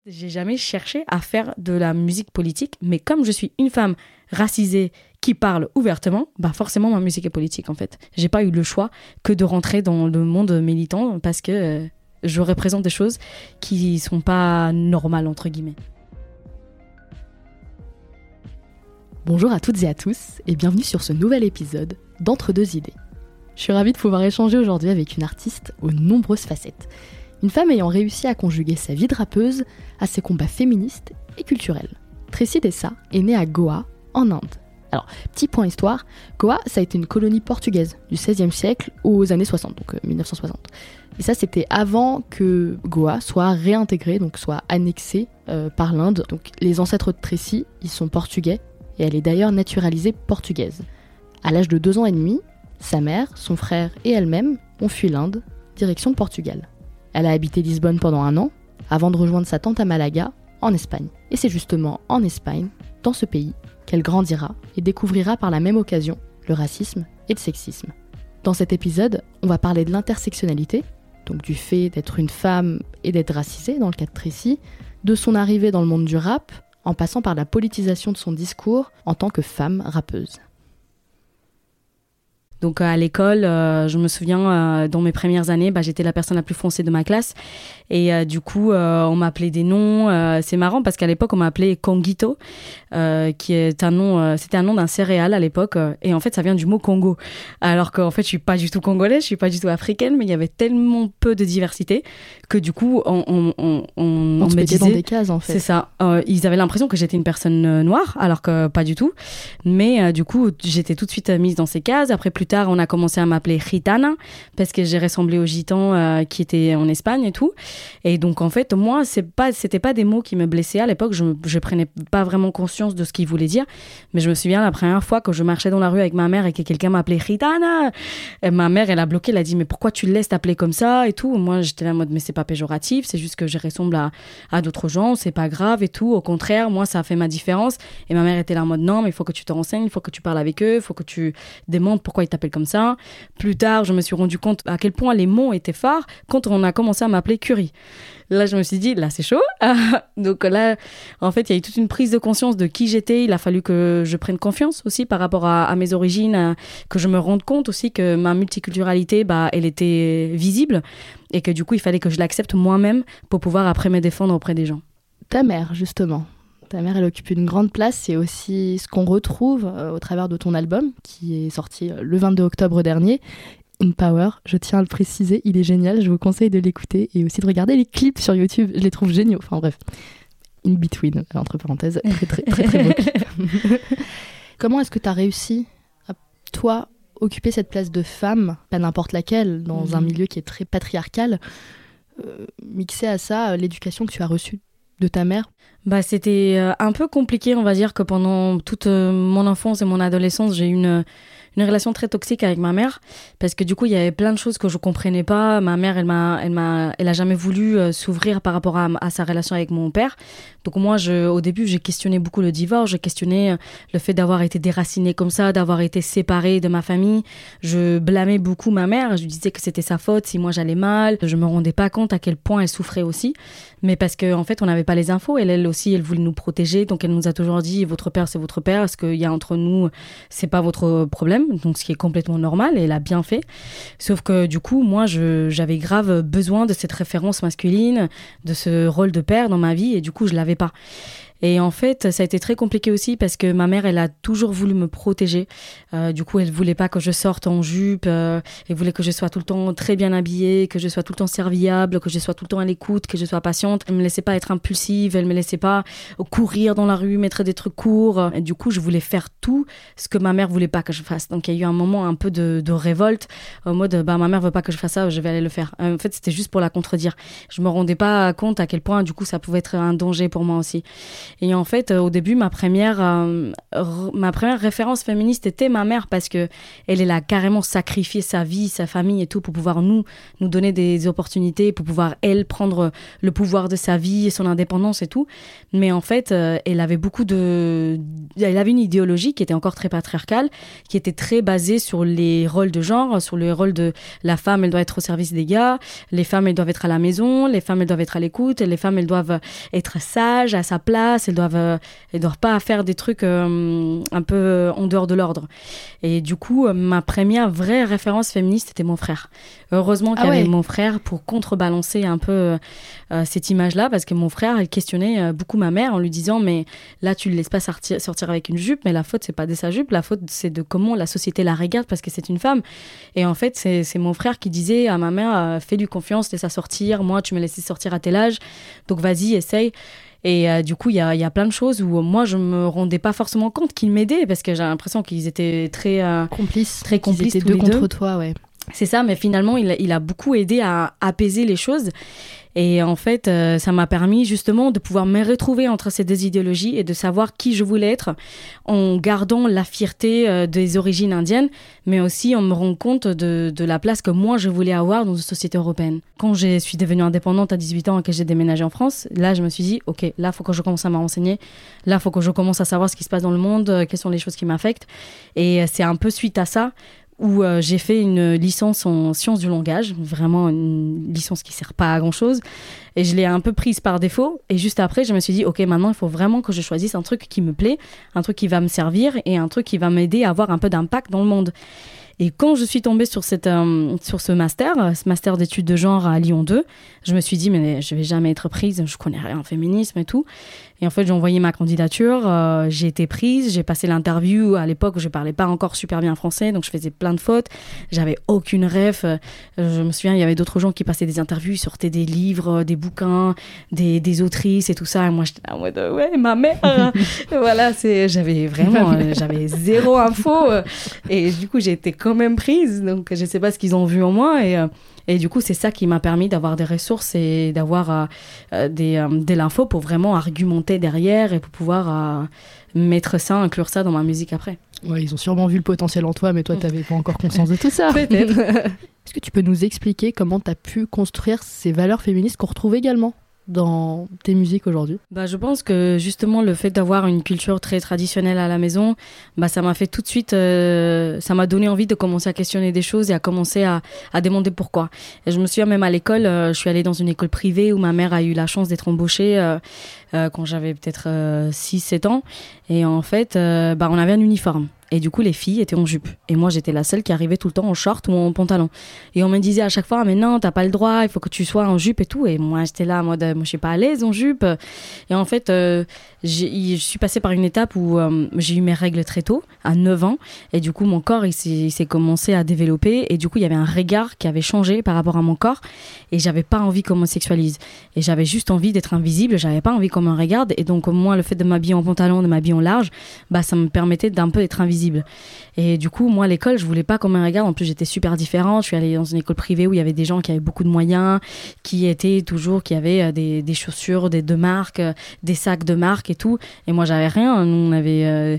J'ai jamais cherché à faire de la musique politique, mais comme je suis une femme racisée qui parle ouvertement, bah forcément ma musique est politique en fait. J'ai pas eu le choix que de rentrer dans le monde militant parce que je représente des choses qui sont pas normales entre guillemets. Bonjour à toutes et à tous et bienvenue sur ce nouvel épisode d'Entre deux idées. Je suis ravie de pouvoir échanger aujourd'hui avec une artiste aux nombreuses facettes. Une femme ayant réussi à conjuguer sa vie de rappeuse à ses combats féministes et culturels. Tracy Dessa est née à Goa, en Inde. Alors, petit point histoire, Goa, ça a été une colonie portugaise du XVIe siècle aux années 60, donc 1960. Et ça, c'était avant que Goa soit réintégrée, donc soit annexée par l'Inde. Donc les ancêtres de Tracy, ils sont portugais, et elle est d'ailleurs naturalisée portugaise. À l'âge de 2 ans et demi, sa mère, son frère et elle-même ont fui l'Inde, direction le Portugal. Elle a habité Lisbonne pendant 1 an, avant de rejoindre sa tante à Malaga, en Espagne. Et c'est justement en Espagne, dans ce pays, qu'elle grandira et découvrira par la même occasion le racisme et le sexisme. Dans cet épisode, on va parler de l'intersectionnalité, donc du fait d'être une femme et d'être racisée, dans le cas de Tracy, de son arrivée dans le monde du rap, en passant par la politisation de son discours en tant que femme rappeuse. Donc à l'école, je me souviens, dans mes premières années, j'étais la personne la plus foncée de ma classe. Et du coup, on m'appelait des noms. C'est marrant parce qu'à l'époque, on m'appelait Conguito, qui est un nom, c'était un nom d'un céréale à l'époque. Et en fait, ça vient du mot Congo. Alors qu'en fait, je suis pas du tout congolaise, je suis pas du tout africaine, mais il y avait tellement peu de diversité que du coup, on se me disait disait... dans des cases, en fait. C'est ça. Ils avaient l'impression que j'étais une personne noire, alors que pas du tout. Mais du coup, j'étais tout de suite mise dans ces cases. Après, plus tard, on a commencé à m'appeler Gitana parce que j'ai ressemblé aux gitans qui étaient en Espagne et tout. Et donc, en fait, moi, c'était pas des mots qui me blessaient à l'époque. Je prenais pas vraiment conscience de ce qu'ils voulaient dire. Mais je me souviens la première fois que je marchais dans la rue avec ma mère et que quelqu'un m'appelait Gitana. Et ma mère, elle a bloqué, elle a dit mais pourquoi tu le laisses t'appeler comme ça et tout. Moi, j'étais là en mode mais c'est pas péjoratif, c'est juste que je ressemble à d'autres gens, c'est pas grave et tout. Au contraire, moi, ça a fait ma différence. Et ma mère était là en mode non, mais il faut que tu te renseignes, il faut que tu parles avec eux, il faut que tu demandes pourquoi ils t'appellent comme ça. Plus tard, je me suis rendu compte à quel point les mots étaient forts quand on a commencé à m'appeler Curie. Là, je me suis dit, là, c'est chaud. Donc là, en fait, il y a eu toute une prise de conscience de qui j'étais. Il a fallu que je prenne confiance aussi par rapport à mes origines, que je me rende compte aussi que ma multiculturalité, elle était visible et que du coup, il fallait que je l'accepte moi-même pour pouvoir après me défendre auprès des gens. Ta mère, justement. Ta mère, elle occupe une grande place. C'est aussi ce qu'on retrouve au travers de ton album, qui est sorti le 22 octobre dernier. In Power, je tiens à le préciser, il est génial. Je vous conseille de l'écouter et aussi de regarder les clips sur YouTube. Je les trouve géniaux. Enfin bref, In Between, entre parenthèses. Très, très, très, très beau clip. Comment est-ce que tu as réussi à, toi, occuper cette place de femme, pas n'importe laquelle, dans un milieu qui est très patriarcal, mixer à ça l'éducation que tu as reçue de ta mère? C'était un peu compliqué, on va dire que pendant toute mon enfance et mon adolescence, j'ai eu une relation très toxique avec ma mère parce que du coup, il y avait plein de choses que je comprenais pas. Ma mère, elle a jamais voulu s'ouvrir par rapport à sa relation avec mon père. Donc moi, au début, j'ai questionné beaucoup le divorce, j'ai questionné le fait d'avoir été déracinée comme ça, d'avoir été séparée de ma famille. Je blâmais beaucoup ma mère, je lui disais que c'était sa faute si moi j'allais mal. Je me rendais pas compte à quel point elle souffrait aussi, mais parce que en fait, on n'avait pas les infos. Elle aussi, elle voulait nous protéger, donc elle nous a toujours dit votre père c'est votre père, ce qu'il y a entre nous, c'est pas votre problème. Donc ce qui est complètement normal, et elle a bien fait. Sauf que du coup, moi, j'avais grave besoin de cette référence masculine, de ce rôle de père dans ma vie, et du coup, je l'avais pas. Et en fait, ça a été très compliqué aussi parce que ma mère, elle a toujours voulu me protéger. Du coup, elle voulait pas que je sorte en jupe. Elle voulait que je sois tout le temps très bien habillée, que je sois tout le temps serviable, que je sois tout le temps à l'écoute, que je sois patiente. Elle me laissait pas être impulsive, elle me laissait pas courir dans la rue, mettre des trucs courts. Et du coup, je voulais faire tout ce que ma mère voulait pas que je fasse. Donc, il y a eu un moment un peu de révolte, en mode, ma mère veut pas que je fasse ça, je vais aller le faire. En fait, c'était juste pour la contredire. Je me rendais pas compte à quel point, du coup, ça pouvait être un danger pour moi aussi. Et en fait, au début, ma première référence féministe était ma mère parce que elle a carrément sacrifié sa vie, sa famille et tout pour pouvoir nous donner des opportunités, pour pouvoir, elle, prendre le pouvoir de sa vie et son indépendance et tout. Mais en fait, elle avait une idéologie qui était encore très patriarcale, qui était très basée sur les rôles de genre, sur le rôle de la femme, elle doit être au service des gars, les femmes, elles doivent être à la maison, les femmes, elles doivent être à l'écoute, les femmes, elles doivent être sages, à sa place, elles doivent pas faire des trucs un peu en dehors de l'ordre. Et du coup, ma première vraie référence féministe, c'était mon frère. Heureusement qu'il y avait mon frère pour contrebalancer un peu cette image-là, parce que mon frère, il questionnait beaucoup ma mère en lui disant, mais là, tu le laisses pas sortir avec une jupe, mais la faute, c'est pas de sa jupe, la faute, c'est de comment la société la regarde parce que c'est une femme. Et en fait, c'est mon frère qui disait à ma mère, fais-lui confiance, laisse-la sortir, moi, tu me laisses sortir à tel âge, donc vas-y, essaye. Et du coup, il y a plein de choses où moi, je me rendais pas forcément compte qu'ils m'aidaient parce que j'ai l'impression qu'ils étaient très complices. Très complices, ils étaient deux contre toi, ouais. C'est ça, mais finalement, il a beaucoup aidé à apaiser les choses. Et en fait, ça m'a permis justement de pouvoir me retrouver entre ces deux idéologies et de savoir qui je voulais être en gardant la fierté des origines indiennes, mais aussi en me rendant compte de la place que moi, je voulais avoir dans une société européenne. Quand je suis devenue indépendante à 18 ans et que j'ai déménagé en France, là, je me suis dit, OK, là, il faut que je commence à me renseigner. Là, il faut que je commence à savoir ce qui se passe dans le monde, quelles sont les choses qui m'affectent. Et c'est un peu suite à ça où j'ai fait une licence en sciences du langage, vraiment une licence qui ne sert pas à grand-chose. Et je l'ai un peu prise par défaut. Et juste après, je me suis dit, OK, maintenant, il faut vraiment que je choisisse un truc qui me plaît, un truc qui va me servir et un truc qui va m'aider à avoir un peu d'impact dans le monde. Et quand je suis tombée sur ce master d'études de genre à Lyon 2, je me suis dit, mais je vais jamais être prise, je connais rien en féminisme et tout. Et en fait, j'ai envoyé ma candidature, j'ai été prise, j'ai passé l'interview. À l'époque, je parlais pas encore super bien français, donc je faisais plein de fautes. J'avais aucune ref. Je me souviens, il y avait d'autres gens qui passaient des interviews, ils sortaient des livres, des bouquins, des autrices et tout ça. Et moi, j'étais en mode, ouais, ma mère. Voilà, j'avais zéro info. Et du coup, j'ai été quand même prise. Donc, je sais pas ce qu'ils ont vu en moi. Et du coup, c'est ça qui m'a permis d'avoir des ressources et d'avoir de l'info pour vraiment argumenter derrière et pour pouvoir mettre ça, inclure ça dans ma musique après. Ouais, ils ont sûrement vu le potentiel en toi, mais toi, t'avais pas encore conscience de tout ça. Peut-être. Est-ce que tu peux nous expliquer comment t'as pu construire ces valeurs féministes qu'on retrouve également dans tes musiques aujourd'hui? Je pense que justement le fait d'avoir une culture très traditionnelle à la maison, ça m'a fait tout de suite, ça m'a donné envie de commencer à questionner des choses et à commencer à demander pourquoi. Et je me souviens même à l'école, je suis allée dans une école privée où ma mère a eu la chance d'être embauchée quand j'avais peut-être 6-7 ans. Et en fait, on avait un uniforme. Et du coup, les filles étaient en jupe. Et moi, j'étais la seule qui arrivait tout le temps en short ou en pantalon. Et on me disait à chaque fois, mais non, t'as pas le droit, il faut que tu sois en jupe et tout. Et moi, j'étais là en mode, moi, je suis pas à l'aise en jupe. Et en fait, je suis passée par une étape où j'ai eu mes règles très tôt, à 9 ans. Et du coup, mon corps, il s'est commencé à développer. Et du coup, il y avait un regard qui avait changé par rapport à mon corps. Et j'avais pas envie qu'on me sexualise. Et j'avais juste envie d'être invisible. J'avais pas envie qu'on me regarde. Et donc, moi, le fait de m'habiller en pantalon, de m'habiller en large, ça me permettait d'un peu être invisible. Et du coup, moi, à l'école, je voulais pas qu'on me regarde. En plus, j'étais super différente. Je suis allée dans une école privée où il y avait des gens qui avaient beaucoup de moyens, qui avaient des chaussures de marque, des sacs de marque et tout. Et moi, j'avais rien. Nous, on avait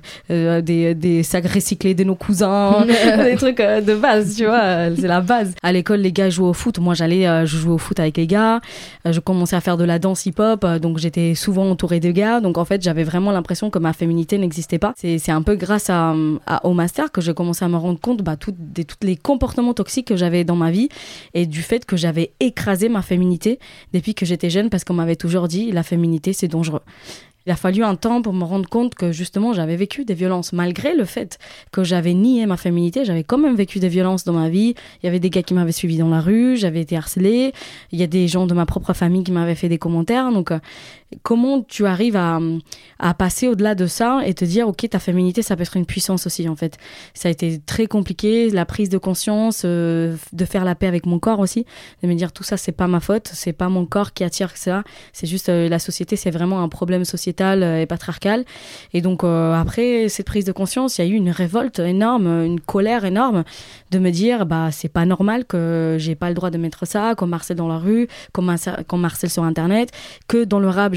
des sacs recyclés de nos cousins, des trucs de base, tu vois. C'est la base. À l'école, les gars jouaient au foot. Moi, je jouais au foot avec les gars. Je commençais à faire de la danse hip-hop. Donc, j'étais souvent entourée de gars. Donc, en fait, j'avais vraiment l'impression que ma féminité n'existait pas. C'est un peu grâce au master que j'ai commencé à me rendre compte tous les comportements toxiques que j'avais dans ma vie et du fait que j'avais écrasé ma féminité depuis que j'étais jeune parce qu'on m'avait toujours dit la féminité c'est dangereux. Il a fallu un temps pour me rendre compte que justement j'avais vécu des violences malgré le fait que j'avais nié ma féminité, j'avais quand même vécu des violences dans ma vie. Il y avait des gars qui m'avaient suivi dans la rue, j'avais été harcelée, il y a des gens de ma propre famille qui m'avaient fait des commentaires. Donc comment tu arrives à passer au-delà de ça et te dire ok, ta féminité ça peut être une puissance aussi en fait. Ça a été très compliqué, la prise de conscience, de faire la paix avec mon corps aussi, de me dire tout ça c'est pas ma faute, c'est pas mon corps qui attire ça, c'est juste la société, c'est vraiment un problème sociétal et patriarcal. Et donc après cette prise de conscience, il y a eu une révolte énorme, une colère énorme de me dire c'est pas normal que j'ai pas le droit de mettre ça, qu'on m'harcèle dans la rue, qu'on m'harcèle sur internet, que dans le rap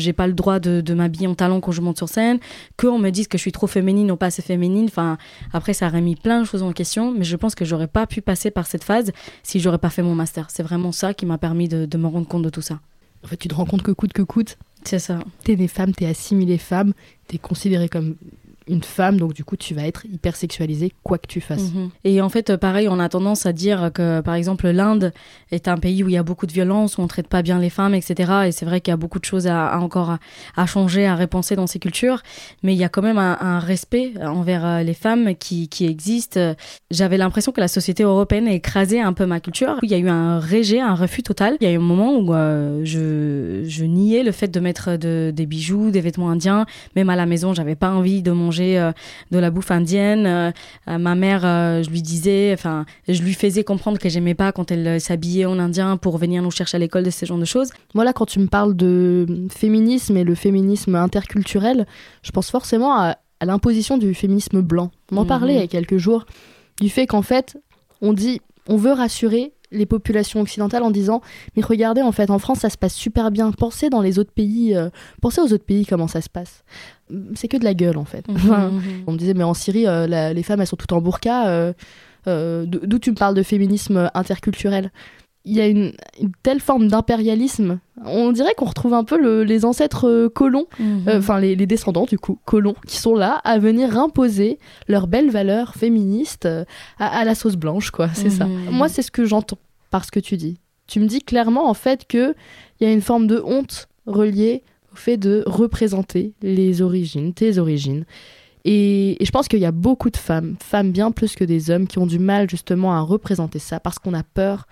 j'ai pas le droit de m'habiller en talons quand je monte sur scène, qu'on me dise que je suis trop féminine ou pas assez féminine. Enfin, après, ça a remis plein de choses en question, mais je pense que j'aurais pas pu passer par cette phase si j'aurais pas fait mon master. C'est vraiment ça qui m'a permis de me rendre compte de tout ça. En fait, tu te rends compte que coûte, c'est ça. T'es née femme, t'es assimilée femme, t'es considérée comme une femme, donc du coup tu vas être hyper sexualisée quoi que tu fasses. Et en fait, pareil, on a tendance à dire que par exemple l'Inde est un pays où il y a beaucoup de violence, où on traite pas bien les femmes, etc. Et c'est vrai qu'il y a beaucoup de choses encore à changer, à repenser dans ces cultures, mais il y a quand même un respect envers les femmes qui existe. J'avais l'impression que la société européenne écrasait un peu ma culture. Il y a eu un rejet, un refus total. Il y a eu un moment où je niais le fait de mettre des bijoux, des vêtements indiens. Même à la maison, j'avais pas envie de manger de la bouffe indienne. Ma mère, je lui disais, enfin, je lui faisais comprendre que j'aimais pas quand elle s'habillait en indien pour venir nous chercher à l'école, de ce genre de choses. Moi là, quand tu me parles de féminisme et le féminisme interculturel, je pense forcément à l'imposition du féminisme blanc. On en parlait il y a quelques jours, du fait qu'en fait, on veut rassurer les populations occidentales en disant mais regardez, en fait en France ça se passe super bien, pensez aux autres pays comment ça se passe. C'est que de la gueule en fait. On me disait mais en Syrie les femmes elles sont toutes en burqa, d'où tu me parles de féminisme interculturel? Il y a une telle forme d'impérialisme, on dirait qu'on retrouve un peu les ancêtres colons, enfin les descendants du coup colons, qui sont là à venir imposer leurs belles valeurs féministes à la sauce blanche quoi, c'est ça. Moi c'est ce que j'entends par ce que tu dis. Tu me dis clairement en fait qu'il y a une forme de honte reliée au fait de représenter tes origines. Et je pense qu'il y a beaucoup de femmes bien plus que des hommes, qui ont du mal justement à représenter ça parce qu'on a peur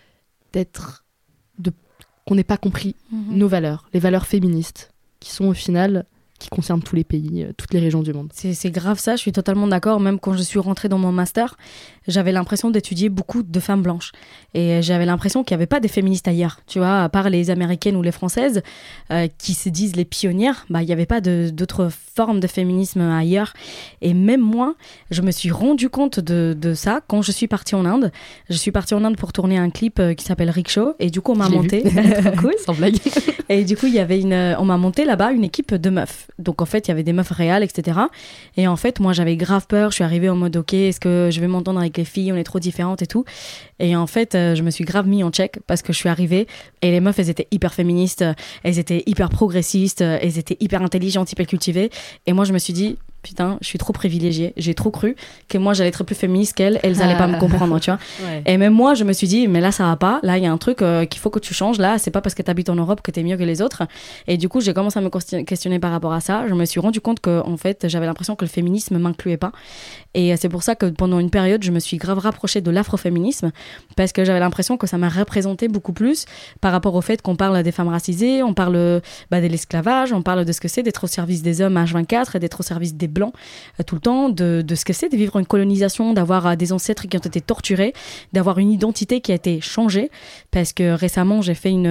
qu'on n'ait pas compris nos valeurs, les valeurs féministes, qui sont au final, qui concernent tous les pays, toutes les régions du monde. C'est grave ça, je suis totalement d'accord. Même quand je suis rentrée dans mon master, j'avais l'impression d'étudier beaucoup de femmes blanches. Et j'avais l'impression qu'il n'y avait pas des féministes ailleurs. Tu vois, à part les américaines ou les françaises, qui se disent les pionnières, il n'y avait pas d'autres formes de féminisme ailleurs. Et même moi, je me suis rendu compte de ça quand je suis partie en Inde. Je suis partie en Inde pour tourner un clip qui s'appelle Rickshaw. Et du coup, on m'a monté. Trop cool. Sans blague. Et du coup, on m'a monté là-bas une équipe de meufs. Donc en fait, il y avait des meufs réelles, etc. Et en fait, moi, j'avais grave peur. Je suis arrivée en mode, ok, est-ce que je vais m'entendre avec les filles? On est trop différentes et tout. Et en fait, je me suis grave mis en check parce que je suis arrivée et les meufs, elles étaient hyper féministes, elles étaient hyper progressistes, elles étaient hyper intelligentes, hyper cultivées. Et moi, je me suis dit, putain, je suis trop privilégiée. J'ai trop cru que moi, j'allais être plus féministe qu'elles. Elles allaient pas me comprendre, tu vois. Ouais. Et même moi, je me suis dit, mais là, ça va pas. Là, il y a un truc qu'il faut que tu changes. Là, c'est pas parce que t'habites en Europe que t'es mieux que les autres. Et du coup, j'ai commencé à me questionner par rapport à ça. Je me suis rendu compte que, en fait, j'avais l'impression que le féminisme m'incluait pas. Et c'est pour ça que pendant une période, je me suis grave rapprochée de l'afroféminisme parce que j'avais l'impression que ça m'a représenté beaucoup plus par rapport au fait qu'on parle des femmes racisées, on parle de l'esclavage, on parle de ce que c'est d'être au service des hommes H24 et d'être au service des blancs tout le temps, de ce que c'est de vivre une colonisation, d'avoir des ancêtres qui ont été torturés, d'avoir une identité qui a été changée. Parce que récemment, j'ai fait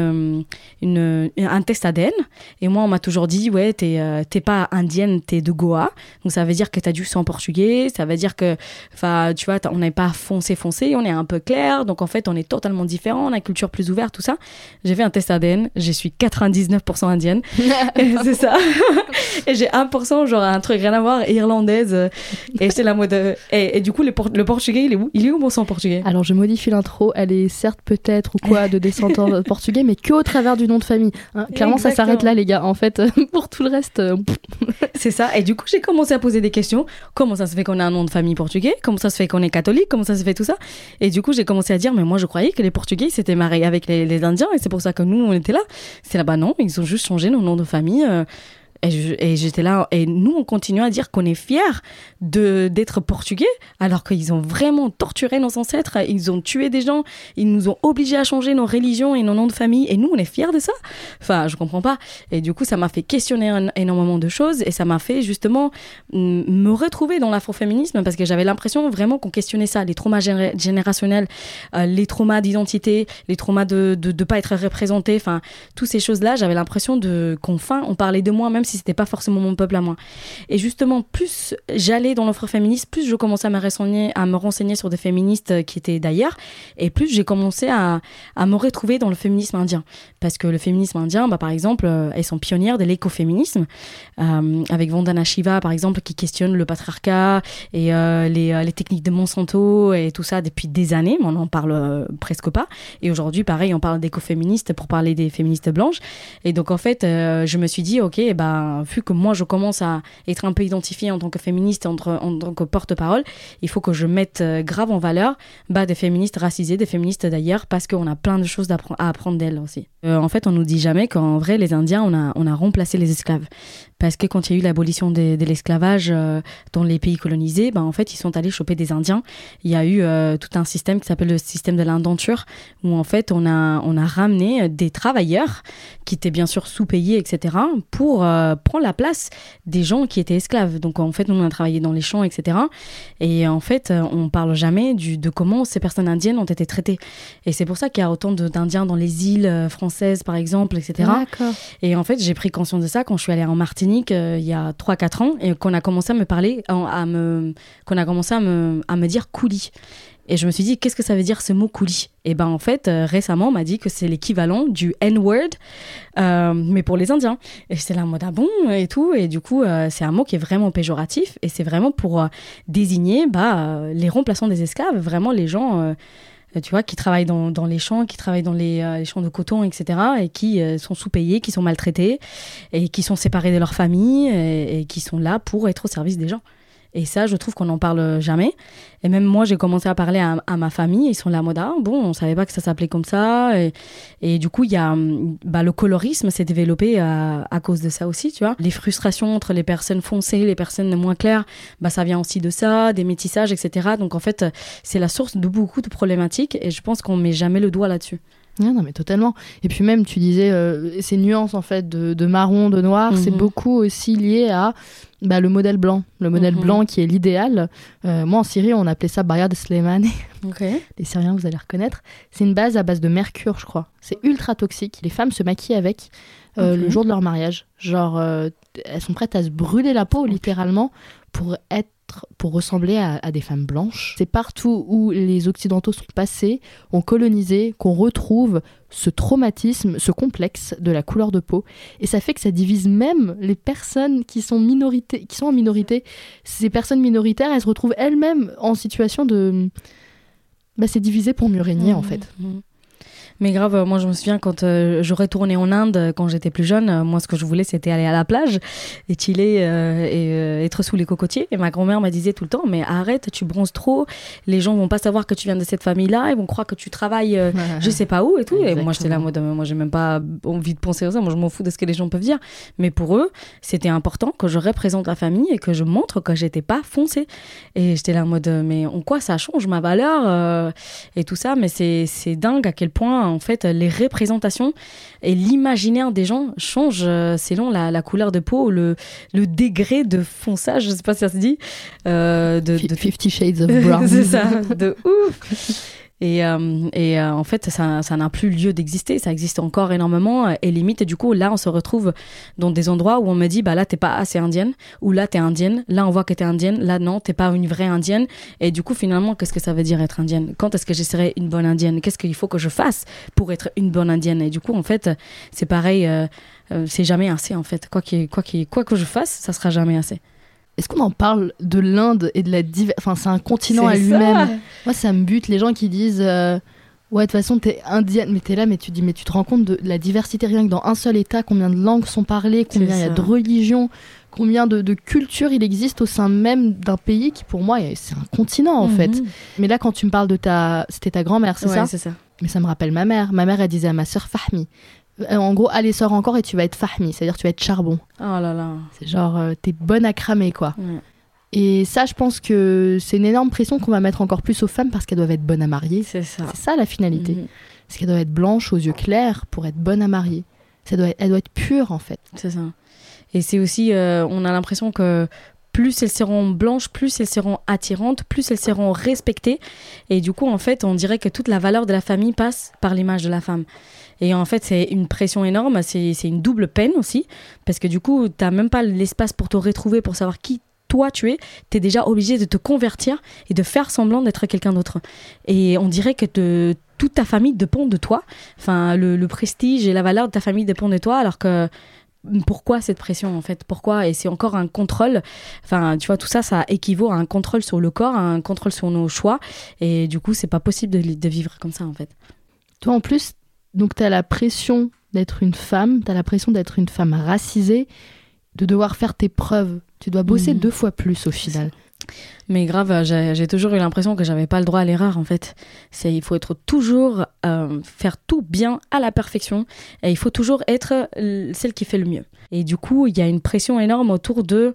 un test ADN et moi, on m'a toujours dit, ouais, t'es pas indienne, t'es de Goa. Donc ça veut dire que t'as du sang portugais, ça veut dire que, tu vois, on n'est pas foncé, on est un peu clair. Donc en fait, on est totalement différent, on a une culture plus ouverte, tout ça. J'ai fait un test ADN, je suis 99% indienne. C'est ça. Et j'ai 1%, genre un truc rien à voir, irlandaise. Et j'étais la mode. Et du coup, le portugais, il est où? Il est où mon sang portugais? Alors je modifie l'intro, elle est certes peut-être ou quoi de descendants portugais, mais que au travers du nom de famille. Hein. Clairement, exactement. Ça s'arrête là, les gars. En fait, pour tout le reste. C'est ça. Et du coup, j'ai commencé à poser des questions. Comment ça se fait qu'on a un nom de famille portugais? Comment ça se fait qu'on est catholique? Comment ça se fait tout ça? Et du coup, j'ai commencé à dire, mais moi, je croyais que les Portugais s'étaient mariés avec les Indiens et c'est pour ça que nous, on était là. C'est là-bas, non. Ils ont juste changé nos noms de famille. Et j'étais là, et nous on continue à dire qu'on est fiers d'être portugais alors qu'ils ont vraiment torturé nos ancêtres, ils ont tué des gens, ils nous ont obligés à changer nos religions et nos noms de famille, et nous on est fiers de ça. Enfin, je comprends pas. Et du coup, ça m'a fait questionner énormément de choses et ça m'a fait justement me retrouver dans l'afroféminisme parce que j'avais l'impression vraiment qu'on questionnait ça, les traumas générationnels, les traumas d'identité, les traumas de pas être représenté, enfin, toutes ces choses-là, j'avais l'impression qu'enfin on parlait de moi, même si c'était pas forcément mon peuple à moi. Et justement, plus j'allais dans l'offre féministe, plus je commençais à me renseigner sur des féministes qui étaient d'ailleurs, et plus j'ai commencé à me retrouver dans le féminisme indien. Parce que le féminisme indien, par exemple, elles sont pionnières de l'écoféminisme, avec Vandana Shiva, par exemple, qui questionne le patriarcat et les techniques de Monsanto et tout ça depuis des années, mais on n'en parle presque pas. Et aujourd'hui, pareil, on parle d'écoféministes pour parler des féministes blanches. Et donc, en fait, je me suis dit, ok, vu que moi, je commence à être un peu identifiée en tant que féministe, en tant que porte-parole, il faut que je mette grave en valeur des féministes racisées, des féministes d'ailleurs, parce qu'on a plein de choses à apprendre d'elles aussi. En fait, on nous dit jamais qu'en vrai, les Indiens, on a remplacé les esclaves. Parce que quand il y a eu l'abolition de l'esclavage dans les pays colonisés, en fait, ils sont allés choper des Indiens. Il y a eu tout un système qui s'appelle le système de l'indenture, où en fait, on a ramené des travailleurs qui étaient bien sûr sous-payés, etc., pour prendre la place des gens qui étaient esclaves. Donc, en fait, nous, on a travaillé dans les champs, etc. Et en fait, on parle jamais de comment ces personnes indiennes ont été traitées. Et c'est pour ça qu'il y a autant d'Indiens dans les îles françaises, par exemple, etc. D'accord. Et en fait, j'ai pris conscience de ça quand je suis allée en Martinique il y a 3-4 ans et qu'on a commencé à me parler, qu'on a commencé à me dire coulis. Et je me suis dit, qu'est-ce que ça veut dire ce mot coulis ? Et en fait, récemment, on m'a dit que c'est l'équivalent du N-word, mais pour les Indiens. Et j'étais là en mode, ah bon, et tout. Et du coup, c'est un mot qui est vraiment péjoratif et c'est vraiment pour désigner les remplaçants des esclaves, vraiment les gens... tu vois, qui travaillent dans les champs, qui travaillent dans les champs de coton, etc., et qui sont sous-payés, qui sont maltraités, et qui sont séparés de leur famille, et qui sont là pour être au service des gens. Et ça, je trouve qu'on n'en parle jamais. Et même moi, j'ai commencé à parler à ma famille. Ils sont là en mode, on savait pas que ça s'appelait comme ça. Et du coup, il y a le colorisme s'est développé à cause de ça aussi, tu vois. Les frustrations entre les personnes foncées, les personnes moins claires, ça vient aussi de ça, des métissages, etc. Donc en fait, c'est la source de beaucoup de problématiques. Et je pense qu'on met jamais le doigt là-dessus. Non, mais totalement. Et puis même, tu disais, ces nuances en fait de marron, de noir, c'est beaucoup aussi lié à le modèle blanc. Le modèle blanc qui est l'idéal. Moi, en Syrie, on appelait ça Barrière de Slimani. Okay. Les Syriens, vous allez reconnaître. C'est une base à base de mercure, je crois. C'est ultra toxique. Les femmes se maquillent avec le jour de leur mariage. Genre, elles sont prêtes à se brûler la peau, littéralement, pour ressembler à des femmes blanches. C'est partout où les Occidentaux sont passés, ont colonisé, qu'on retrouve ce traumatisme, ce complexe de la couleur de peau. Et ça fait que ça divise même les personnes qui sont en minorité. Ces personnes minoritaires, elles se retrouvent elles-mêmes en situation de... c'est divisé pour mieux régner, en fait. Mais grave, moi je me souviens quand je retournais en Inde quand j'étais plus jeune, moi ce que je voulais c'était aller à la plage et chiller et être sous les cocotiers. Et ma grand-mère me disait tout le temps, mais arrête, tu bronzes trop, les gens vont pas savoir que tu viens de cette famille-là, ils vont croire que tu travailles je sais pas où et tout. Exactement. Et moi j'étais là en mode, moi j'ai même pas envie de penser à ça, moi je m'en fous de ce que les gens peuvent dire. Mais pour eux, c'était important que je représente la famille et que je montre que j'étais pas foncée. Et j'étais là en mode, mais en quoi ça change ma valeur et tout ça. Mais c'est dingue à quel point en fait, les représentations et l'imaginaire des gens changent selon la couleur de peau, le degré de fonçage, je sais pas si ça se dit. 50 Shades of Brown. C'est ça, de ouf. Et en fait, ça n'a plus lieu d'exister. Ça existe encore énormément. Et limite, et du coup, là, on se retrouve dans des endroits où on me dit, là, t'es pas assez indienne. Ou là, t'es indienne. Là, on voit que t'es indienne. Là, non, t'es pas une vraie indienne. Et du coup, finalement, qu'est-ce que ça veut dire être indienne ? Quand est-ce que je serai une bonne indienne ? Qu'est-ce qu'il faut que je fasse pour être une bonne indienne ? Et du coup, en fait, c'est pareil. C'est jamais assez, en fait. Quoi que je fasse, ça sera jamais assez. Est-ce qu'on en parle de l'Inde et de la diversité ? Enfin, c'est un continent à lui-même. Moi, ça me bute, les gens qui disent ouais, de toute façon, t'es indienne. Mais t'es là, mais tu te rends compte de la diversité, rien que dans un seul État, combien de langues sont parlées, combien il y a de religions, combien de cultures il existe au sein même d'un pays qui, pour moi, c'est un continent, en fait. Mais là, quand tu me parles de c'était ta grand-mère, c'est ça ? Ouais, c'est ça. Mais ça me rappelle ma mère. Ma mère, elle disait à ma sœur Fahmi. En gros, allez, sors encore et tu vas être Fahmi, c'est-à-dire tu vas être charbon. Oh là là. C'est genre, t'es bonne à cramer, quoi. Ouais. Et ça, je pense que c'est une énorme pression qu'on va mettre encore plus aux femmes parce qu'elles doivent être bonnes à marier. C'est ça. C'est ça la finalité. Parce qu'elles doivent être blanches, aux yeux clairs pour être bonnes à marier. Elle doit être pure, en fait. C'est ça. Et c'est aussi, on a l'impression que plus elles seront blanches, plus elles seront attirantes, plus elles seront respectées. Et du coup, en fait, on dirait que toute la valeur de la famille passe par l'image de la femme. Et en fait, c'est une pression énorme, c'est une double peine aussi, parce que du coup, t'as même pas l'espace pour te retrouver, pour savoir qui toi tu es, t'es déjà obligé de te convertir et de faire semblant d'être quelqu'un d'autre. Et on dirait que toute ta famille dépend de toi, enfin, le prestige et la valeur de ta famille dépendent de toi, alors que pourquoi cette pression en fait? Pourquoi? Et c'est encore un contrôle, enfin tu vois, tout ça, ça équivaut à un contrôle sur le corps, à un contrôle sur nos choix, et du coup c'est pas possible de vivre comme ça en fait. Toi en plus, donc t'as la pression d'être une femme, t'as la pression d'être une femme racisée, de devoir faire tes preuves. Tu dois bosser 2 fois plus au final. Mais grave, j'ai toujours eu l'impression que j'avais pas le droit à l'erreur en fait. Il faut être toujours, faire tout bien à la perfection, et il faut toujours être celle qui fait le mieux. Et du coup, il y a une pression énorme autour de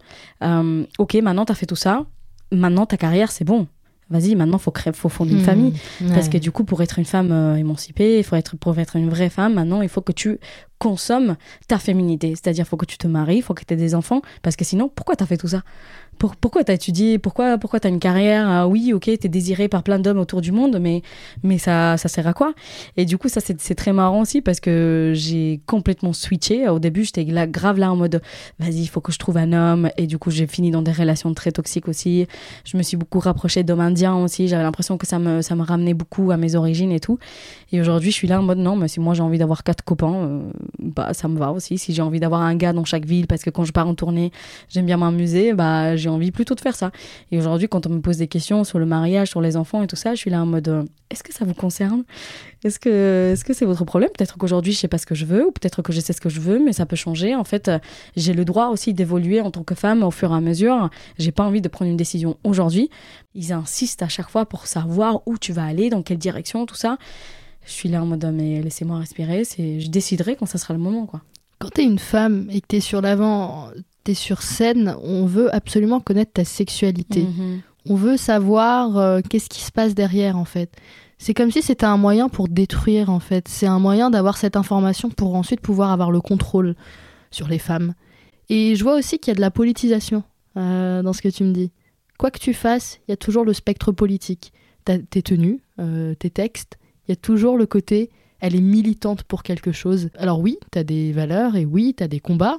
ok, maintenant t'as fait tout ça, maintenant ta carrière c'est bon. Vas-y, maintenant faut fonder une famille. Ouais. Parce que du coup, pour être une femme émancipée, pour être une vraie femme, maintenant il faut que tu consommes ta féminité. C'est-à-dire, il faut que tu te maries, il faut que tu aies des enfants. Parce que sinon, pourquoi t'as fait tout ça? Pourquoi t'as étudié? Pourquoi t'as une carrière? Oui, ok, t'es désirée par plein d'hommes autour du monde, mais ça sert à quoi? Et du coup, ça, c'est très marrant aussi parce que j'ai complètement switché. Au début, j'étais grave là en mode, vas-y, il faut que je trouve un homme. Et du coup, j'ai fini dans des relations très toxiques aussi. Je me suis beaucoup rapprochée d'hommes indiens aussi. J'avais l'impression que ça me ramenait beaucoup à mes origines et tout. Et aujourd'hui, je suis là en mode, non, mais si moi j'ai envie d'avoir 4 copains, bah ça me va aussi. Si j'ai envie d'avoir un gars dans chaque ville, parce que quand je pars en tournée, j'aime bien m'amuser, bah j'ai envie plutôt de faire ça. Et aujourd'hui, quand on me pose des questions sur le mariage, sur les enfants et tout ça, je suis là en mode, est-ce que ça vous concerne? Est-ce que c'est votre problème? Peut-être qu'aujourd'hui, je sais pas ce que je veux, ou peut-être que je sais ce que je veux, mais ça peut changer. En fait, j'ai le droit aussi d'évoluer en tant que femme au fur et à mesure. J'ai pas envie de prendre une décision aujourd'hui. Ils insistent à chaque fois pour savoir où tu vas aller, dans quelle direction, tout ça. Je suis là en mode, mais laissez-moi respirer, je déciderai quand ça sera le moment, quoi. Quand t'es une femme et que t'es sur l'avant, t'es sur scène, on veut absolument connaître ta sexualité. Mm-hmm. On veut savoir qu'est-ce qui se passe derrière, en fait. C'est comme si c'était un moyen pour détruire, en fait. C'est un moyen d'avoir cette information pour ensuite pouvoir avoir le contrôle sur les femmes. Et je vois aussi qu'il y a de la politisation dans ce que tu me dis. Quoi que tu fasses, il y a toujours le spectre politique. Tes tenues, tes textes, il y a toujours le côté, elle est militante pour quelque chose. Alors oui, t'as des valeurs et oui, t'as des combats,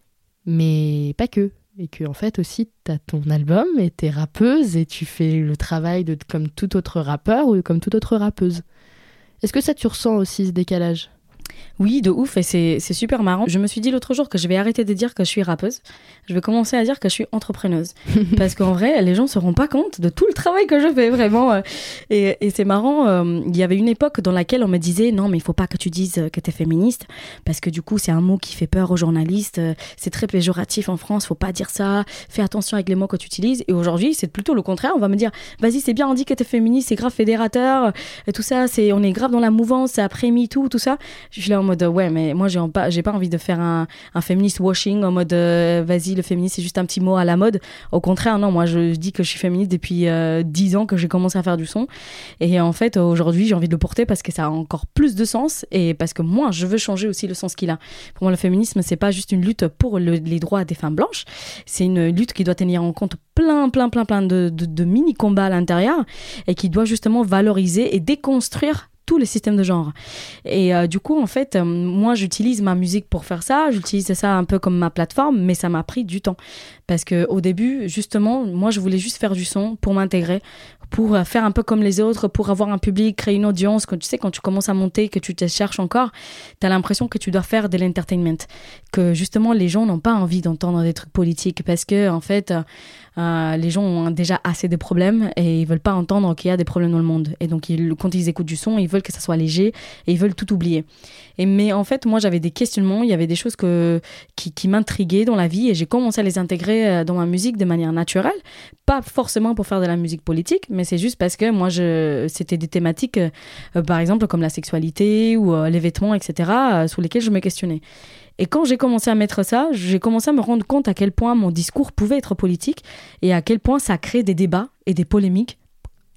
mais pas que. Et que en fait aussi, t'as ton album et t'es rappeuse et tu fais le travail comme tout autre rappeur ou comme toute autre rappeuse. Est-ce que ça, tu ressens aussi ce décalage ? Oui, de ouf, et c'est super marrant. Je me suis dit l'autre jour que je vais arrêter de dire que je suis rappeuse. Je vais commencer à dire que je suis entrepreneuse. Parce qu'en vrai, les gens ne se rendent pas compte de tout le travail que je fais, vraiment. Et c'est marrant, il y avait une époque dans laquelle on me disait « Non, mais il ne faut pas que tu dises que tu es féministe, parce que du coup, c'est un mot qui fait peur aux journalistes. C'est très péjoratif en France, il ne faut pas dire ça. Fais attention avec les mots que tu utilises. » Et aujourd'hui, c'est plutôt le contraire. On va me dire « Vas-y, c'est bien, on dit que tu es féministe, c'est grave fédérateur. Et tout ça, on est grave dans la mouvance, c'est après MeToo, tout ça. » Je suis là en mode ouais, mais moi j'ai pas envie de faire un féministe washing en mode vas-y, le féminisme c'est juste un petit mot à la mode. Au contraire, non, moi je dis que je suis féministe depuis 10 ans que j'ai commencé à faire du son, et en fait aujourd'hui j'ai envie de le porter parce que ça a encore plus de sens, et parce que moi je veux changer aussi le sens qu'il a. Pour moi, le féminisme c'est pas juste une lutte pour les droits des femmes blanches, c'est une lutte qui doit tenir en compte plein de mini combats à l'intérieur, et qui doit justement valoriser et déconstruire tous les systèmes de genre. Et du coup, en fait, moi, j'utilise ma musique pour faire ça. J'utilise ça un peu comme ma plateforme, mais ça m'a pris du temps. Parce qu'au début, justement, moi, je voulais juste faire du son pour m'intégrer, pour faire un peu comme les autres, pour avoir un public, créer une audience. Quand tu commences à monter, que tu te cherches encore, t'as l'impression que tu dois faire de l'entertainment. Que justement, les gens n'ont pas envie d'entendre des trucs politiques parce que, en fait, les gens ont déjà assez de problèmes et ils veulent pas entendre qu'il y a des problèmes dans le monde. Et donc, quand ils écoutent du son, ils veulent que ça soit léger et ils veulent tout oublier. Mais en fait, moi, j'avais des questionnements, il y avait des choses qui m'intriguaient dans la vie, et j'ai commencé à les intégrer dans ma musique de manière naturelle. Pas forcément pour faire de la musique politique, mais c'est juste parce que moi, c'était des thématiques, par exemple, comme la sexualité ou les vêtements, etc., sur lesquels je me questionnais. Et quand j'ai commencé à mettre ça, j'ai commencé à me rendre compte à quel point mon discours pouvait être politique et à quel point ça crée des débats et des polémiques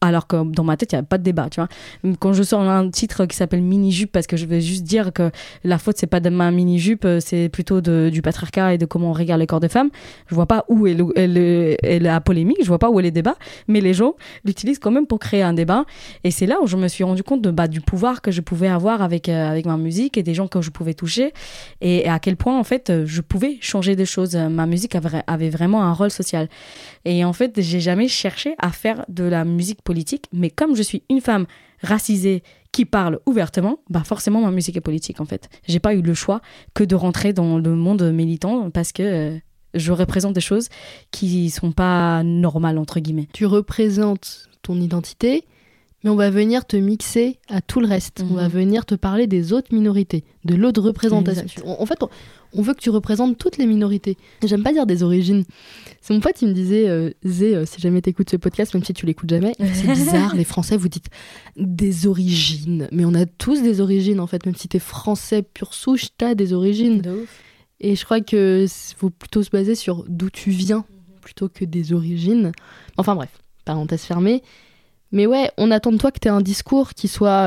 alors que dans ma tête, il n'y avait pas de débat, tu vois. Quand je sors un titre qui s'appelle Mini-jupe, parce que je vais juste dire que la faute, c'est pas de ma mini-jupe, c'est plutôt du patriarcat et de comment on regarde les corps de femmes, je vois pas où est la polémique, je vois pas où est le débat, mais les gens l'utilisent quand même pour créer un débat. Et c'est là où je me suis rendu compte du pouvoir que je pouvais avoir avec ma musique et des gens que je pouvais toucher, et à quel point, en fait, je pouvais changer des choses. Ma musique avait vraiment un rôle social. Et en fait, j'ai jamais cherché à faire de la musique politique, mais comme je suis une femme racisée qui parle ouvertement, forcément ma musique est politique, en fait. J'ai pas eu le choix que de rentrer dans le monde militant parce que je représente des choses qui sont pas normales, entre guillemets. Tu représentes ton identité, mais on va venir te mixer à tout le reste. On va venir te parler des autres minorités, de l'autre représentation. En fait, on veut que tu représentes toutes les minorités. J'aime pas dire des origines. C'est mon pote, il me disait, Zé, si jamais t'écoutes ce podcast, même si tu l'écoutes jamais, c'est bizarre, les Français, vous dites des origines. Mais on a tous des origines, en fait. Même si t'es français pur souche, t'as des origines. De ouf. Et je crois qu'il faut plutôt se baser sur d'où tu viens, plutôt que des origines. Enfin bref, parenthèse fermée. Mais ouais, on attend de toi que tu aies un discours qui soit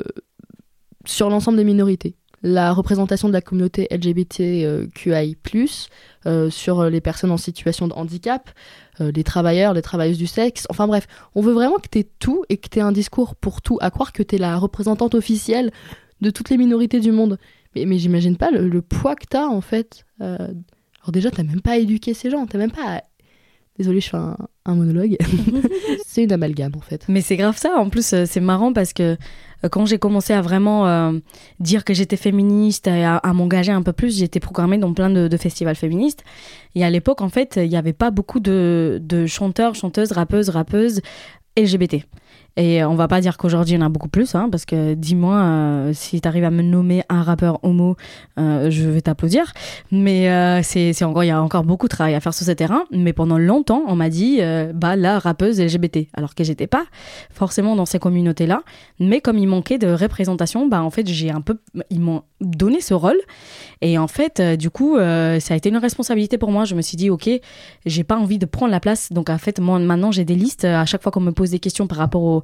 sur l'ensemble des minorités. La représentation de la communauté LGBTQI+, sur les personnes en situation de handicap, les travailleurs, les travailleuses du sexe. Enfin bref, on veut vraiment que tu aies tout et que tu aies un discours pour tout. À croire que tu es la représentante officielle de toutes les minorités du monde. Mais j'imagine pas le poids que tu as, en fait. Alors déjà, tu n'as même pas éduqué ces gens. Tu n'as même pas... Désolée, je fais un monologue. C'est une amalgame, en fait. Mais c'est grave ça. En plus, c'est marrant parce que quand j'ai commencé à vraiment dire que j'étais féministe et à m'engager un peu plus, j'étais programmée dans plein de festivals féministes. Et à l'époque, en fait, il n'y avait pas beaucoup de chanteurs, chanteuses, rappeuses LGBT. Et on va pas dire qu'aujourd'hui il y en a beaucoup plus, hein, parce que dis-moi si t'arrives à me nommer un rappeur homo, je vais t'applaudir. Mais c'est encore, il y a encore beaucoup de travail à faire sur ce terrain. Mais pendant longtemps, on m'a dit la rappeuse LGBT, alors que j'étais pas forcément dans ces communautés-là. Mais comme il manquait de représentation, en fait ils m'ont donné ce rôle. Et en fait, du coup, ça a été une responsabilité pour moi. Je me suis dit, ok, j'ai pas envie de prendre la place. Donc en fait, moi maintenant j'ai des listes. À chaque fois qu'on me pose des questions par rapport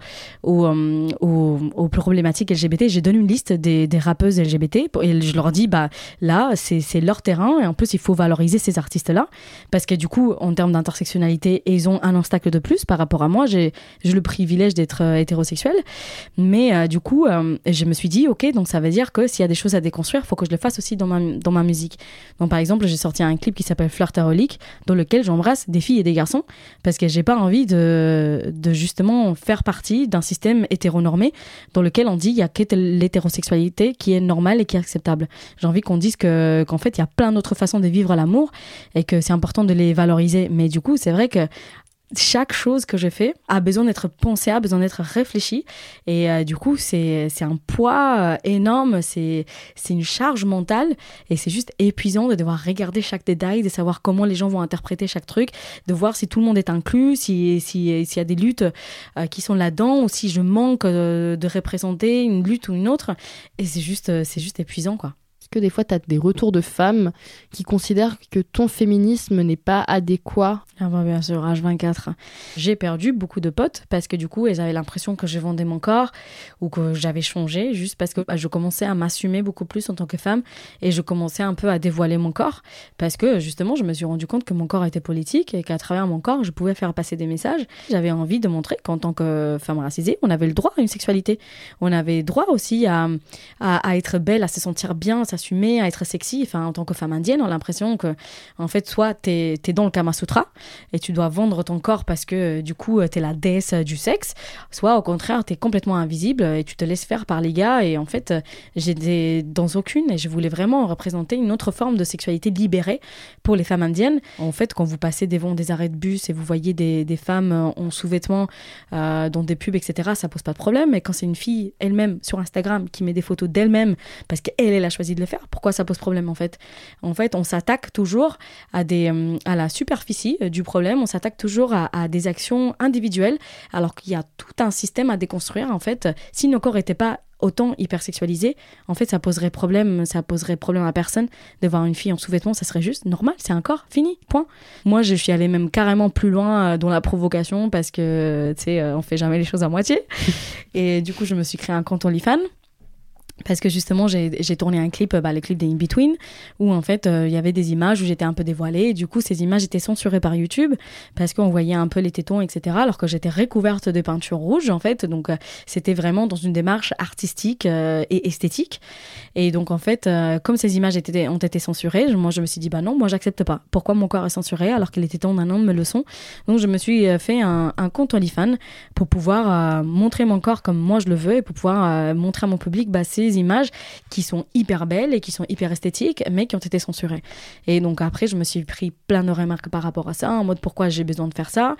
aux problématiques LGBT, je donne une liste des rappeuses LGBT et je leur dis là c'est leur terrain et en plus il faut valoriser ces artistes-là parce que du coup en termes d'intersectionnalité ils ont un obstacle de plus par rapport à moi. J'ai le privilège d'être hétérosexuelle, mais du coup je me suis dit ok, donc ça veut dire que s'il y a des choses à déconstruire, il faut que je le fasse aussi dans ma musique. Donc par exemple j'ai sorti un clip qui s'appelle Flirtaholic dans lequel j'embrasse des filles et des garçons parce que j'ai pas envie de justement faire partie d'un système hétéronormé dans lequel on dit il y a que l'hétérosexualité qui est normale et qui est acceptable. J'ai envie qu'on dise qu'en fait il y a plein d'autres façons de vivre l'amour et que c'est important de les valoriser. Mais du coup c'est vrai que chaque chose que je fais a besoin d'être pensée, a besoin d'être réfléchie et du coup c'est un poids énorme, c'est une charge mentale et c'est juste épuisant de devoir regarder chaque détail, de savoir comment les gens vont interpréter chaque truc, de voir si tout le monde est inclus, s'il y a des luttes qui sont là-dedans ou si je manque de représenter une lutte ou une autre et c'est juste épuisant quoi. Que des fois, tu as des retours de femmes qui considèrent que ton féminisme n'est pas adéquat. Ah bien sûr, H24. J'ai perdu beaucoup de potes parce que du coup, elles avaient l'impression que je vendais mon corps ou que j'avais changé juste parce que je commençais à m'assumer beaucoup plus en tant que femme et je commençais un peu à dévoiler mon corps parce que justement, je me suis rendu compte que mon corps était politique et qu'à travers mon corps, je pouvais faire passer des messages. J'avais envie de montrer qu'en tant que femme racisée, on avait le droit à une sexualité. On avait droit aussi à être belle, à se sentir bien, à s'assumer, à être sexy. Enfin, en tant que femme indienne, on a l'impression que, en fait, soit t'es dans le Kama Sutra et tu dois vendre ton corps parce que, du coup, t'es la déesse du sexe, soit au contraire, t'es complètement invisible et tu te laisses faire par les gars. Et en fait, j'étais dans aucune et je voulais vraiment représenter une autre forme de sexualité libérée pour les femmes indiennes. En fait, quand vous passez devant des arrêts de bus et vous voyez des femmes en sous-vêtements dans des pubs, etc., ça pose pas de problème. Mais quand c'est une fille elle-même sur Instagram qui met des photos d'elle-même parce qu'elle a choisi de le faire, pourquoi ça pose problème en fait, on s'attaque toujours à la superficie du problème, on s'attaque toujours à des actions individuelles alors qu'il y a tout un système à déconstruire en fait. Si nos corps n'étaient pas autant hypersexualisé, en fait, ça poserait problème à personne de voir une fille en sous-vêtements, ça serait juste normal, c'est un corps, fini, point. Moi, je suis allée même carrément plus loin dans la provocation parce que, tu sais, on fait jamais les choses à moitié. Et du coup, je me suis créé un compte OnlyFans. Parce que justement, j'ai tourné un clip, le clip des In-Between, où en fait, il y avait des images où j'étais un peu dévoilée. Et du coup, ces images étaient censurées par YouTube parce qu'on voyait un peu les tétons, etc. Alors que j'étais recouverte de peinture rouge, en fait. Donc, c'était vraiment dans une démarche artistique et esthétique. Et donc, en fait, comme ces images ont été censurées, moi, je me suis dit, bah non, moi, j'accepte pas. Pourquoi mon corps est censuré alors que les tétons d'un homme me le sont? Donc, je me suis fait un compte OnlyFans pour pouvoir montrer mon corps comme moi, je le veux et pour pouvoir montrer à mon public, ces images qui sont hyper belles et qui sont hyper esthétiques mais qui ont été censurées. Et donc après je me suis pris plein de remarques par rapport à ça, en mode pourquoi j'ai besoin de faire ça,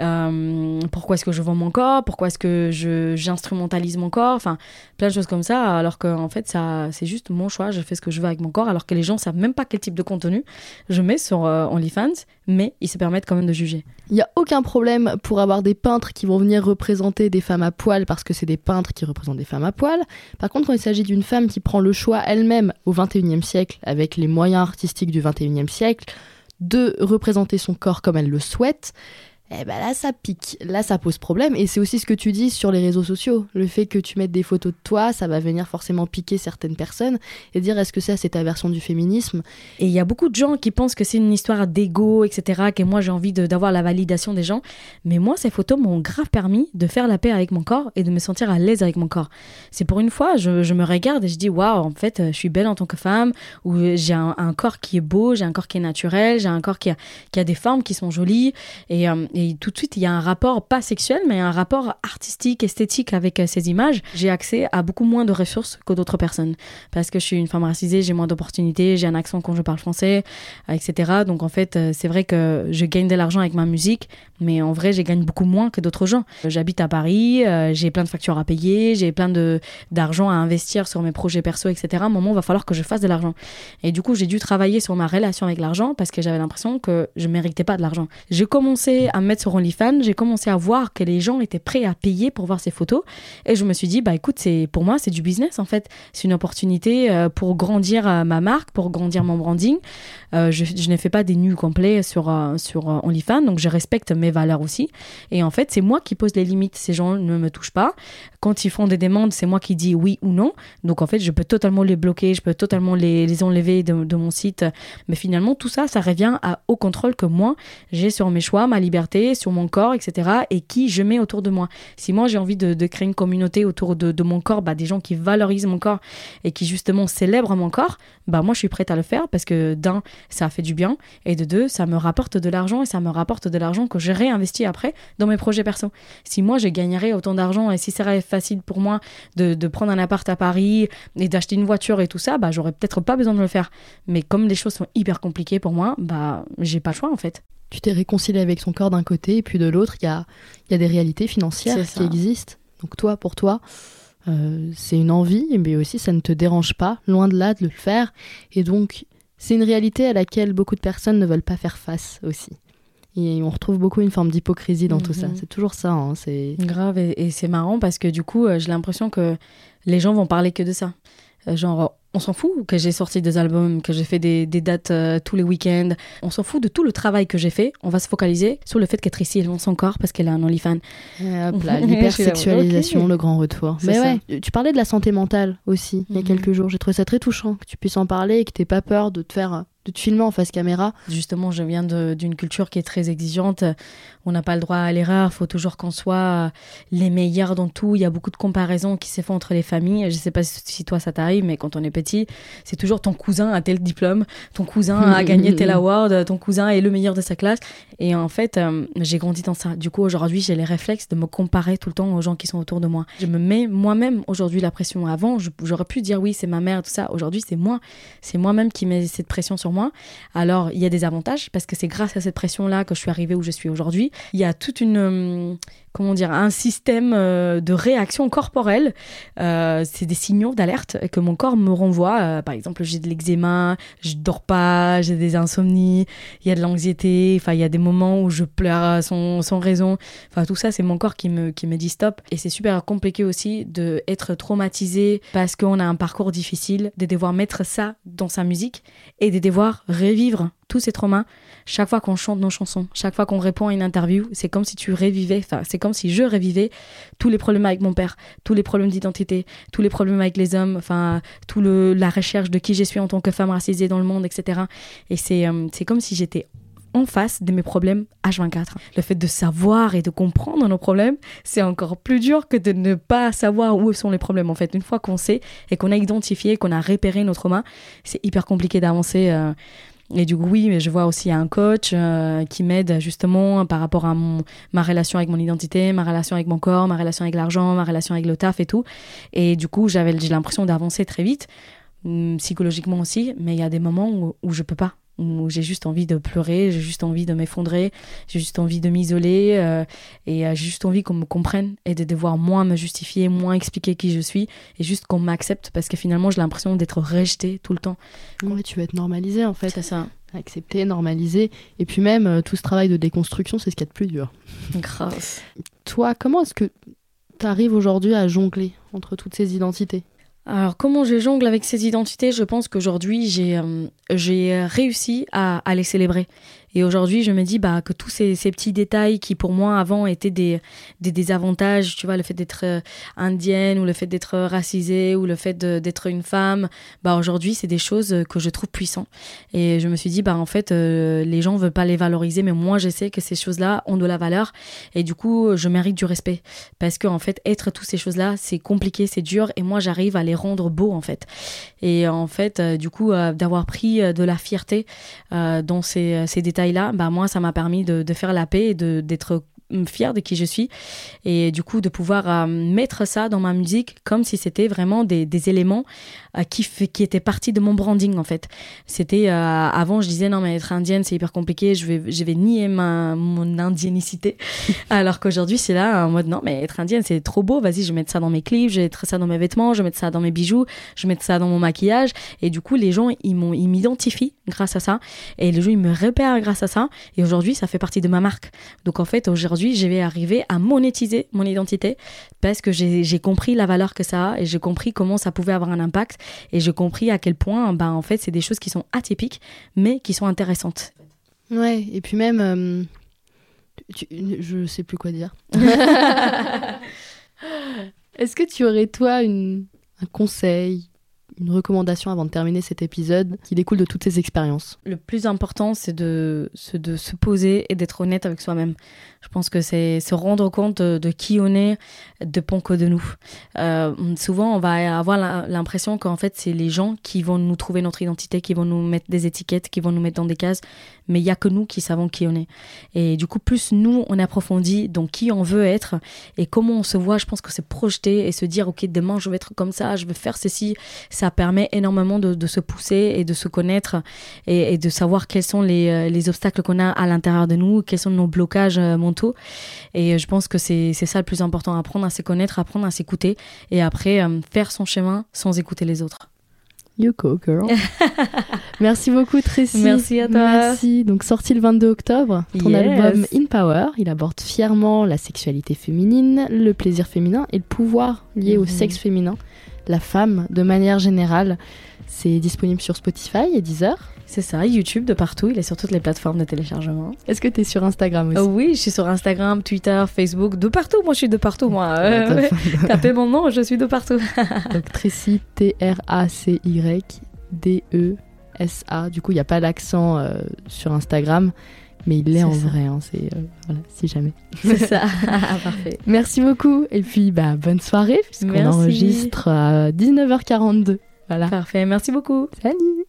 pourquoi est-ce que je vends mon corps, pourquoi est-ce que j'instrumentalise mon corps, enfin plein de choses comme ça, alors que en fait ça c'est juste mon choix, je fais ce que je veux avec mon corps, alors que les gens savent même pas quel type de contenu je mets sur OnlyFans, mais ils se permettent quand même de juger. Il n'y a aucun problème pour avoir des peintres qui vont venir représenter des femmes à poil parce que c'est des peintres qui représentent des femmes à poil. Par contre, quand il s'agit d'une femme qui prend le choix elle-même au XXIe siècle, avec les moyens artistiques du XXIe siècle, de représenter son corps comme elle le souhaite, eh ben là ça pique, là ça pose problème. Et c'est aussi ce que tu dis sur les réseaux sociaux, le fait que tu mettes des photos de toi, ça va venir forcément piquer certaines personnes et dire est-ce que ça c'est ta version du féminisme. Et il y a beaucoup de gens qui pensent que c'est une histoire d'ego, etc., que moi j'ai envie d'avoir la validation des gens, mais moi ces photos m'ont grave permis de faire la paix avec mon corps et de me sentir à l'aise avec mon corps. C'est pour une fois, je me regarde et je dis waouh, en fait je suis belle en tant que femme, ou j'ai un corps qui est beau, j'ai un corps qui est naturel, j'ai un corps qui a des formes qui sont jolies, et tout de suite, il y a un rapport, pas sexuel, mais un rapport artistique, esthétique avec ces images. J'ai accès à beaucoup moins de ressources que d'autres personnes. Parce que je suis une femme racisée, j'ai moins d'opportunités, j'ai un accent quand je parle français, etc. Donc en fait, c'est vrai que je gagne de l'argent avec ma musique, mais en vrai, je gagne beaucoup moins que d'autres gens. J'habite à Paris, j'ai plein de factures à payer, j'ai plein d'argent à investir sur mes projets perso, etc. À un moment, il va falloir que je fasse de l'argent. Et du coup, j'ai dû travailler sur ma relation avec l'argent parce que j'avais l'impression que je ne méritais pas de l'argent. J'ai commencé à me mettre sur OnlyFans, j'ai commencé à voir que les gens étaient prêts à payer pour voir ces photos et je me suis dit écoute, pour moi c'est du business en fait, c'est une opportunité pour grandir ma marque, pour grandir mon branding. Je ne fais pas des nus complets sur OnlyFans, donc je respecte mes valeurs aussi et en fait c'est moi qui pose les limites, ces gens ne me touchent pas. Quand ils font des demandes, c'est moi qui dis oui ou non, donc en fait je peux totalement les bloquer, je peux totalement les enlever de mon site, mais finalement tout ça revient au contrôle que moi j'ai sur mes choix, ma liberté, sur mon corps, etc. et qui je mets autour de moi. Si moi j'ai envie de créer une communauté autour de mon corps, des gens qui valorisent mon corps et qui justement célèbrent mon corps, moi je suis prête à le faire parce que d'un, ça fait du bien et de deux, ça me rapporte de l'argent et ça me rapporte de l'argent que je réinvestis après dans mes projets perso. Si moi je gagnerais autant d'argent et si ça serait facile pour moi de prendre un appart à Paris et d'acheter une voiture et tout ça, j'aurais peut-être pas besoin de le faire. Mais comme les choses sont hyper compliquées pour moi, j'ai pas le choix en fait. Tu t'es réconcilié avec son corps d'un côté et puis de l'autre, il y a des réalités financières qui existent. Donc toi, pour toi, c'est une envie, mais aussi ça ne te dérange pas, loin de là, de le faire. Et donc, c'est une réalité à laquelle beaucoup de personnes ne veulent pas faire face aussi. Et on retrouve beaucoup une forme d'hypocrisie dans tout ça. C'est toujours ça. C'est grave, et c'est marrant parce que du coup, j'ai l'impression que les gens vont parler que de ça. Genre, on s'en fout que j'ai sorti des albums, que j'ai fait des dates tous les week-ends. On s'en fout de tout le travail que j'ai fait. On va se focaliser sur le fait qu'être ici, elle vend son corps parce qu'elle a un OnlyFans. Hop là, l'hypersexualisation, okay. Le grand retour. C'est mais ça. Ouais, tu parlais de la santé mentale aussi, il y a quelques jours. J'ai trouvé ça très touchant que tu puisses en parler et que tu n'aies pas peur de te filmer en face caméra. Justement, je viens d'une culture qui est très exigeante. On n'a pas le droit à l'erreur. Il faut toujours qu'on soit les meilleurs dans tout. Il y a beaucoup de comparaisons qui se font entre les familles. Je ne sais pas si toi ça t'arrive, mais quand on est petit, c'est toujours ton cousin a tel diplôme, ton cousin a gagné tel award, ton cousin est le meilleur de sa classe. Et en fait, j'ai grandi dans ça. Du coup, aujourd'hui, j'ai les réflexes de me comparer tout le temps aux gens qui sont autour de moi. Je me mets moi-même aujourd'hui la pression. Avant, j'aurais pu dire oui, c'est ma mère, tout ça. Aujourd'hui, c'est moi. C'est moi-même qui mets cette pression sur moi. Alors, il y a des avantages parce que c'est grâce à cette pression-là que je suis arrivée où je suis aujourd'hui. Il y a toute une un système de réaction corporelle. C'est des signaux d'alerte que mon corps me renvoie. Par exemple, j'ai de l'eczéma, je dors pas, j'ai des insomnies, il y a de l'anxiété, enfin il y a des moments où je pleure sans raison. Enfin tout ça, c'est mon corps qui me dit stop. Et c'est super compliqué aussi d'être traumatisé parce qu'on a un parcours difficile, de devoir mettre ça dans sa musique et de devoir revivre tous ces traumas. Chaque fois qu'on chante nos chansons, chaque fois qu'on répond à une interview, c'est comme si c'est comme si je revivais tous les problèmes avec mon père, tous les problèmes d'identité, tous les problèmes avec les hommes, enfin, la recherche de qui je suis en tant que femme racisée dans le monde, etc. Et c'est comme si j'étais en face de mes problèmes H24. Le fait de savoir et de comprendre nos problèmes, c'est encore plus dur que de ne pas savoir où sont les problèmes. En fait, une fois qu'on sait et qu'on a identifié, qu'on a repéré nos traumas, c'est hyper compliqué d'avancer. Et du coup, oui, mais je vois aussi un coach qui m'aide justement par rapport à ma relation avec mon identité, ma relation avec mon corps, ma relation avec l'argent, ma relation avec le taf et tout. Et du coup, j'ai l'impression d'avancer très vite, psychologiquement aussi, mais il y a des moments où je peux pas, où j'ai juste envie de pleurer, j'ai juste envie de m'effondrer, j'ai juste envie de m'isoler et j'ai juste envie qu'on me comprenne et de devoir moins me justifier, moins expliquer qui je suis et juste qu'on m'accepte parce que finalement j'ai l'impression d'être rejetée tout le temps. Ouais, tu veux être normalisée en fait. C'est ça. Accepter, normaliser et puis même tout ce travail de déconstruction, c'est ce qu'il y a de plus dur. Grave. Toi, comment est-ce que tu arrives aujourd'hui à jongler entre toutes ces identités ? Alors, comment je jongle avec ces identités ? Je pense qu'aujourd'hui, j'ai réussi à les célébrer. Et aujourd'hui, je me dis que tous ces petits détails qui, pour moi, avant, étaient des désavantages, tu vois, le fait d'être indienne ou le fait d'être racisée ou le fait d'être une femme, aujourd'hui, c'est des choses que je trouve puissantes. Et je me suis dit, en fait, les gens ne veulent pas les valoriser, mais moi, je sais que ces choses-là ont de la valeur. Et du coup, je mérite du respect. Parce qu'en fait, être toutes ces choses-là, c'est compliqué, c'est dur. Et moi, j'arrive à les rendre beaux, en fait. Et en fait, du coup, d'avoir pris de la fierté dans ces détails-là, moi, ça m'a permis de faire la paix et d'être fière de qui je suis et du coup de pouvoir mettre ça dans ma musique comme si c'était vraiment des éléments qui étaient partie de mon branding en fait. C'était avant je disais non mais être indienne c'est hyper compliqué, je vais nier mon indianicité alors qu'aujourd'hui c'est là en mode non mais être indienne c'est trop beau, vas-y je vais mettre ça dans mes clips, je vais mettre ça dans mes vêtements, je vais mettre ça dans mes bijoux, je vais mettre ça dans mon maquillage et du coup les gens ils m'identifient grâce à ça et les gens ils me repèrent grâce à ça et aujourd'hui ça fait partie de ma marque. Donc en fait aujourd'hui je vais arriver à monétiser mon identité parce que j'ai compris la valeur que ça a et j'ai compris comment ça pouvait avoir un impact et j'ai compris à quel point en fait c'est des choses qui sont atypiques mais qui sont intéressantes. Ouais, et puis même je sais plus quoi dire. Est-ce que tu aurais toi un conseil, une recommandation avant de terminer cet épisode qui découle de toutes ces expériences ? Le plus important, c'est de se poser et d'être honnête avec soi-même. Je pense que c'est se rendre compte de qui on est, dépend que de nous. Souvent, on va avoir l'impression qu'en fait, c'est les gens qui vont nous trouver notre identité, qui vont nous mettre des étiquettes, qui vont nous mettre dans des cases. Mais il n'y a que nous qui savons qui on est. Et du coup, plus nous, on approfondit donc qui on veut être et comment on se voit, je pense que c'est projeter et se dire, OK, demain, je vais être comme ça, je vais faire ceci. Ça permet énormément de se pousser et de se connaître et de savoir quels sont les obstacles qu'on a à l'intérieur de nous, quels sont nos blocages mentaux. Et je pense que c'est ça le plus important, apprendre à se connaître, apprendre à s'écouter et après faire son chemin sans écouter les autres. You go, girl. Merci beaucoup, Tracy. Merci à toi. Merci. Donc, sorti le 22 octobre, ton album In Power. Il aborde fièrement la sexualité féminine, le plaisir féminin et le pouvoir lié au sexe féminin, la femme de manière générale. C'est disponible sur Spotify et Deezer. C'est ça, YouTube de partout, il est sur toutes les plateformes de téléchargement. Est-ce que tu es sur Instagram aussi ? Oui, je suis sur Instagram, Twitter, Facebook, de partout. Moi, je suis de partout, moi. Tapez mon nom, je suis de partout. Donc Tracy, TRACYDESA. Du coup, il n'y a pas l'accent sur Instagram, mais il l'est en vrai. Hein, c'est, voilà, si jamais. C'est ça, parfait. Merci beaucoup. Et puis, bonne soirée, puisqu'on enregistre à 19h42. Voilà. Parfait, merci beaucoup. Salut.